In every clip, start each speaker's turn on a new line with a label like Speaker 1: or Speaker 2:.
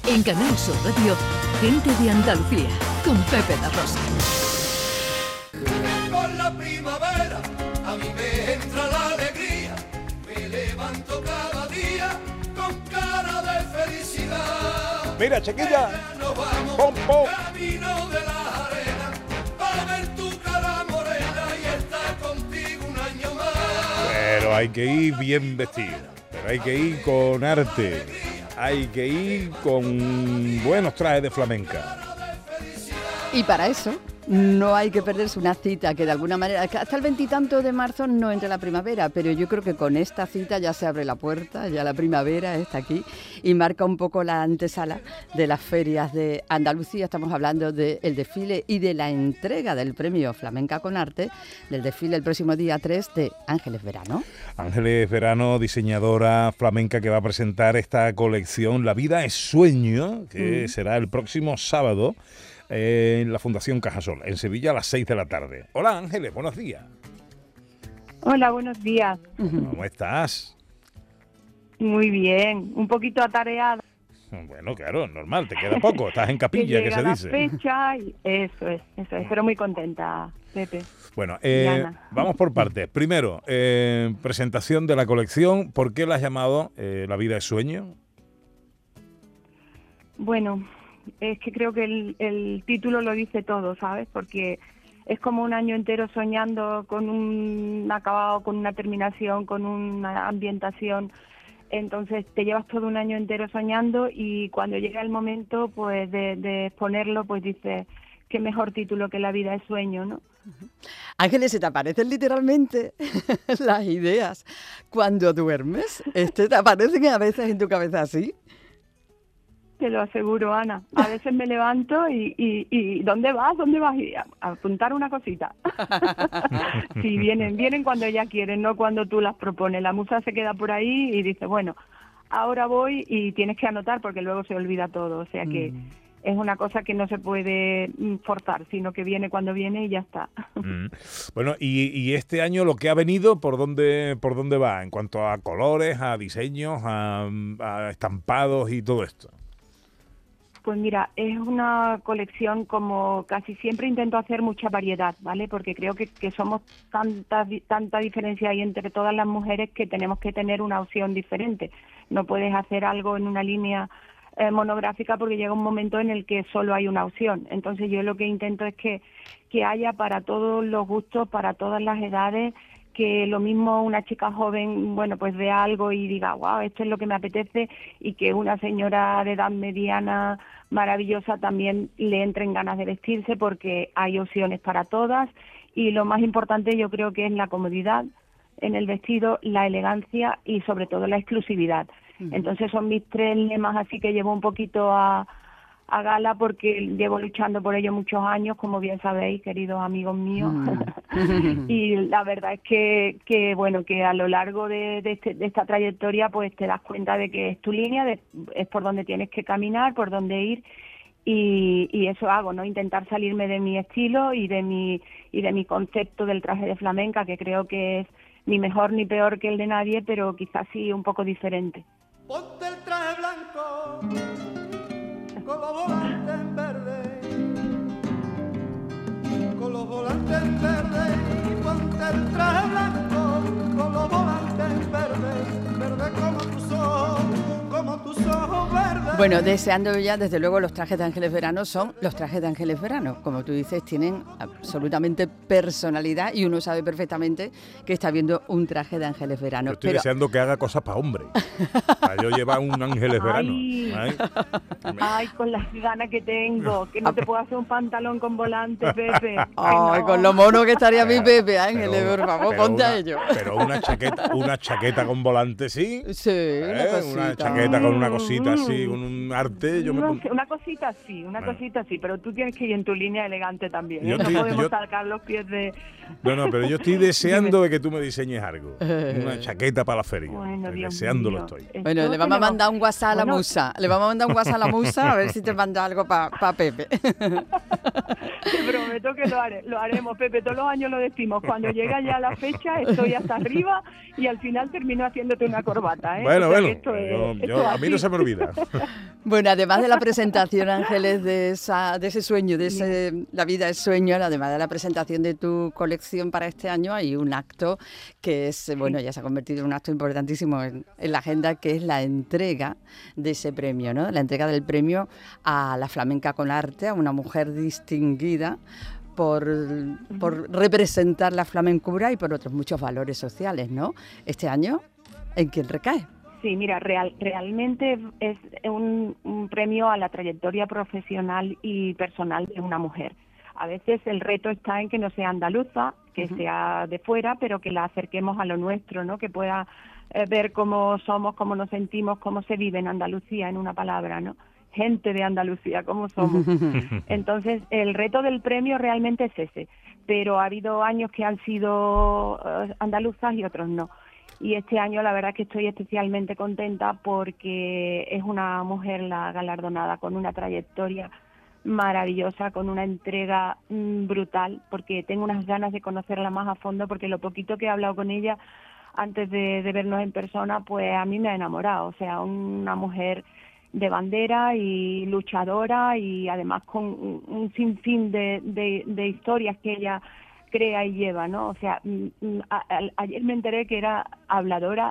Speaker 1: En Canal Sur Radio, Gente de Andalucía, con Pepe da Rosa.
Speaker 2: Con la primavera a mí me entra la alegría, me levanto cada día con cara de felicidad.
Speaker 3: Mira, chiquilla,
Speaker 2: Nos vamos
Speaker 3: pom, pom.
Speaker 2: camino de la arena para ver tu cara morena y estar contigo un año más.
Speaker 3: Pero hay que ir bien vestido, pero hay que ir con arte, hay que ir con buenos trajes de flamenca.
Speaker 4: Y para eso no hay que perderse una cita que de alguna manera, hasta el 20 y tanto de marzo no entra la primavera, pero yo creo que con esta cita ya se abre la puerta, ya la primavera está aquí y marca un poco la antesala de las ferias de Andalucía. Estamos hablando del desfile y de la entrega del premio Flamenca con Arte, del desfile el próximo día 3 de Ángeles Verano.
Speaker 3: Ángeles Verano, diseñadora flamenca que va a presentar esta colección La vida es sueño, que será el próximo sábado en la Fundación Cajasol, en Sevilla a las 6 de la tarde. Hola Ángeles, buenos días.
Speaker 5: Hola, buenos días.
Speaker 3: ¿Cómo estás?
Speaker 5: Muy bien, un poquito atareada.
Speaker 3: Bueno, claro, normal, te queda poco, estás en capilla, que se dice.
Speaker 5: La fecha y eso es, pero muy contenta, Pepe.
Speaker 3: Bueno,
Speaker 5: Diana.
Speaker 3: vamos por partes. Primero, presentación de la colección. ¿Por qué la has llamado La vida es sueño?
Speaker 5: Bueno, es que creo que el título lo dice todo, ¿sabes? Porque es como un año entero soñando con un acabado, con una terminación, con una ambientación. Entonces te llevas todo un año entero soñando y cuando llega el momento pues de exponerlo, pues dices, qué mejor título que La vida es sueño, ¿no?
Speaker 4: Ángeles, ¿se te aparecen literalmente las ideas cuando duermes? ¿Te aparecen a veces en tu cabeza así?
Speaker 5: Te lo aseguro, Ana. A veces me levanto y ¿dónde vas? ¿Dónde vas? Y a apuntar una cosita. Sí, vienen cuando ya quieren, no cuando tú las propones. La musa se queda por ahí y dice, bueno, ahora voy y tienes que anotar porque luego se olvida todo. O sea que es una cosa que no se puede forzar, sino que viene cuando viene y ya está.
Speaker 3: Bueno, y este año lo que ha venido, ¿por dónde va? En cuanto a colores, a diseños, a estampados y todo esto.
Speaker 5: Pues mira, es una colección como casi siempre intento hacer mucha variedad, ¿vale? Porque creo que somos tanta diferencia ahí entre todas las mujeres que tenemos que tener una opción diferente. No puedes hacer algo en una línea monográfica porque llega un momento en el que solo hay una opción. Entonces yo lo que intento es que haya para todos los gustos, para todas las edades, que lo mismo una chica joven, bueno, pues vea algo y diga, wow, esto es lo que me apetece, y que una señora de edad mediana maravillosa también le entren ganas de vestirse, porque hay opciones para todas, y lo más importante yo creo que es la comodidad en el vestido, la elegancia y sobre todo la exclusividad. Entonces son mis tres lemas, así que llevo un poquito a gala porque llevo luchando por ello muchos años, como bien sabéis, queridos amigos míos. Y la verdad es que bueno, que a lo largo de esta trayectoria pues te das cuenta de que es tu línea, es por donde tienes que caminar, por donde ir, y eso hago, ¿no? Intentar salirme de mi estilo y de mi concepto del traje de flamenca, que creo que es ni mejor ni peor que el de nadie, pero quizás sí un poco diferente.
Speaker 2: Ponte el traje blanco con los volantes en verde, con los volantes en verde, y ponte el traje blanco con los volantes en verde, verde como tus ojos verdes.
Speaker 4: Bueno, deseando ya, desde luego, los trajes de Ángeles Verano son los trajes de Ángeles Verano. Como tú dices, tienen absolutamente personalidad y uno sabe perfectamente que está viendo un traje de Ángeles Verano.
Speaker 3: Yo estoy deseando que haga cosas para hombre. Para yo llevar un Ángeles Verano.
Speaker 5: Ay, con las ganas que tengo, que no te puedo hacer un pantalón con volante, Pepe.
Speaker 4: Ay,
Speaker 5: no.
Speaker 4: con lo mono que estaría mi Pepe, Ángeles, por favor, ponte a ello.
Speaker 3: Pero una chaqueta con volante, ¿sí?
Speaker 4: Sí,
Speaker 3: una chaqueta con una cosita así, con un arte.
Speaker 5: Una cosita sí, pero tú tienes que ir en tu línea elegante también. No
Speaker 3: Yo
Speaker 5: podemos sacar los pies de...
Speaker 3: No, pero yo estoy deseando de que tú me diseñes algo. Una chaqueta para la feria.
Speaker 5: Bueno, Dios
Speaker 3: deseándolo
Speaker 5: mío.
Speaker 3: estoy.
Speaker 4: Bueno, le vamos a mandar un WhatsApp a la musa. Le vamos a mandar un WhatsApp a la musa a ver si te manda algo para Pepe.
Speaker 5: Te prometo que lo haremos, Pepe. Todos los años lo decimos. Cuando llega ya la fecha, estoy hasta arriba y al final termino haciéndote una corbata, ¿eh?
Speaker 3: Bueno,
Speaker 5: o sea,
Speaker 3: bueno. A mí no se me olvida.
Speaker 4: Bueno, además de la presentación, Ángeles, de ese sueño, La vida es sueño, además de la presentación de tu colección para este año, hay un acto que es, bueno, ya se ha convertido en un acto importantísimo en la agenda, que es la entrega de ese premio, ¿no? La entrega del premio a la flamenca con arte, a una mujer distinguida por representar la flamencura y por otros muchos valores sociales, ¿no? Este año, ¿en quién recae?
Speaker 5: Sí, mira, realmente es un premio a la trayectoria profesional y personal de una mujer. A veces el reto está en que no sea andaluza, que sea de fuera, pero que la acerquemos a lo nuestro, ¿no? Que pueda ver cómo somos, cómo nos sentimos, cómo se vive en Andalucía, en una palabra, ¿no? Gente de Andalucía, cómo somos. Entonces, el reto del premio realmente es ese, pero ha habido años que han sido andaluzas y otros no. Y este año la verdad es que estoy especialmente contenta porque es una mujer la galardonada con una trayectoria maravillosa, con una entrega brutal, porque tengo unas ganas de conocerla más a fondo, porque lo poquito que he hablado con ella antes de vernos en persona, pues a mí me ha enamorado. O sea, una mujer de bandera y luchadora, y además con un sinfín de historias que ella crea y lleva, ¿no? O sea, ayer me enteré que era habladora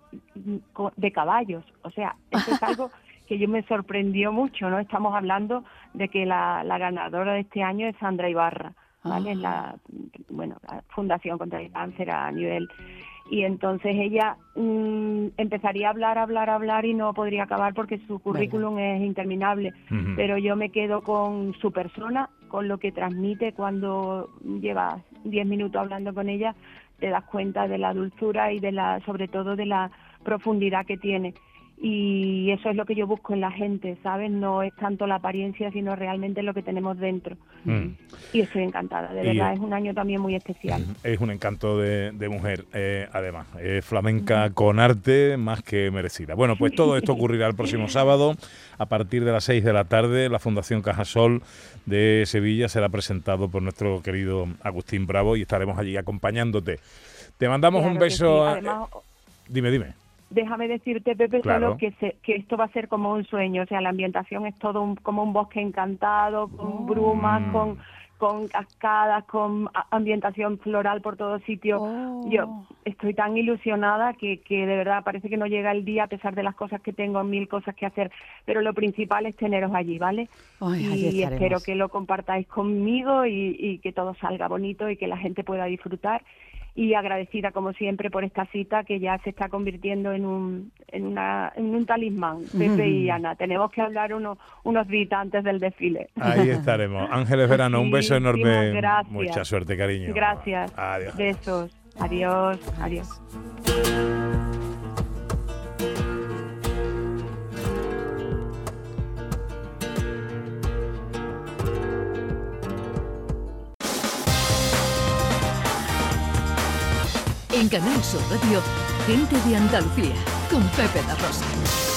Speaker 5: de caballos. O sea, eso es algo que yo me sorprendió mucho, ¿no? Estamos hablando de que la ganadora de este año es Sandra Ibarra, ¿vale? Es la Fundación contra el Cáncer a nivel. Y entonces ella empezaría a hablar y no podría acabar porque su currículum es interminable. Pero yo me quedo con su persona, con lo que transmite. Cuando llevas 10 minutos hablando con ella, te das cuenta de la dulzura y sobre todo de la profundidad que tiene. Y eso es lo que yo busco en la gente, ¿sabes? No es tanto la apariencia, sino realmente lo que tenemos dentro. Y estoy encantada, de verdad, es un año también muy especial.
Speaker 3: Es un encanto de mujer, además. Flamenca con arte, más que merecida. Bueno, pues todo esto ocurrirá el próximo sábado, a partir de las 6 de la tarde. La Fundación Cajasol de Sevilla será presentado por nuestro querido Agustín Bravo y estaremos allí acompañándote. Te mandamos un beso.
Speaker 5: Además,
Speaker 3: Dime.
Speaker 5: Déjame decirte, Pepe,
Speaker 3: claro,
Speaker 5: solo que esto va a ser como un sueño. O sea, la ambientación es todo como un bosque encantado, con brumas, con cascadas, con ambientación floral por todos sitios. Yo estoy tan ilusionada que de verdad parece que no llega el día, a pesar de las cosas que tengo, 1000 cosas que hacer. Pero lo principal es teneros allí, ¿vale? Y espero que lo compartáis conmigo y que todo salga bonito y que la gente pueda disfrutar. Y agradecida, como siempre, por esta cita que ya se está convirtiendo en un talismán. Pepe y Ana, tenemos que hablar unos días antes del desfile.
Speaker 3: Ahí estaremos. Ángeles Verano, un beso enorme.
Speaker 5: Gracias.
Speaker 3: Mucha suerte, cariño.
Speaker 5: Gracias.
Speaker 3: Adiós.
Speaker 5: Besos. Adiós.
Speaker 1: En Canal Sur Radio, Gente de Andalucía, con Pepe da Rosa.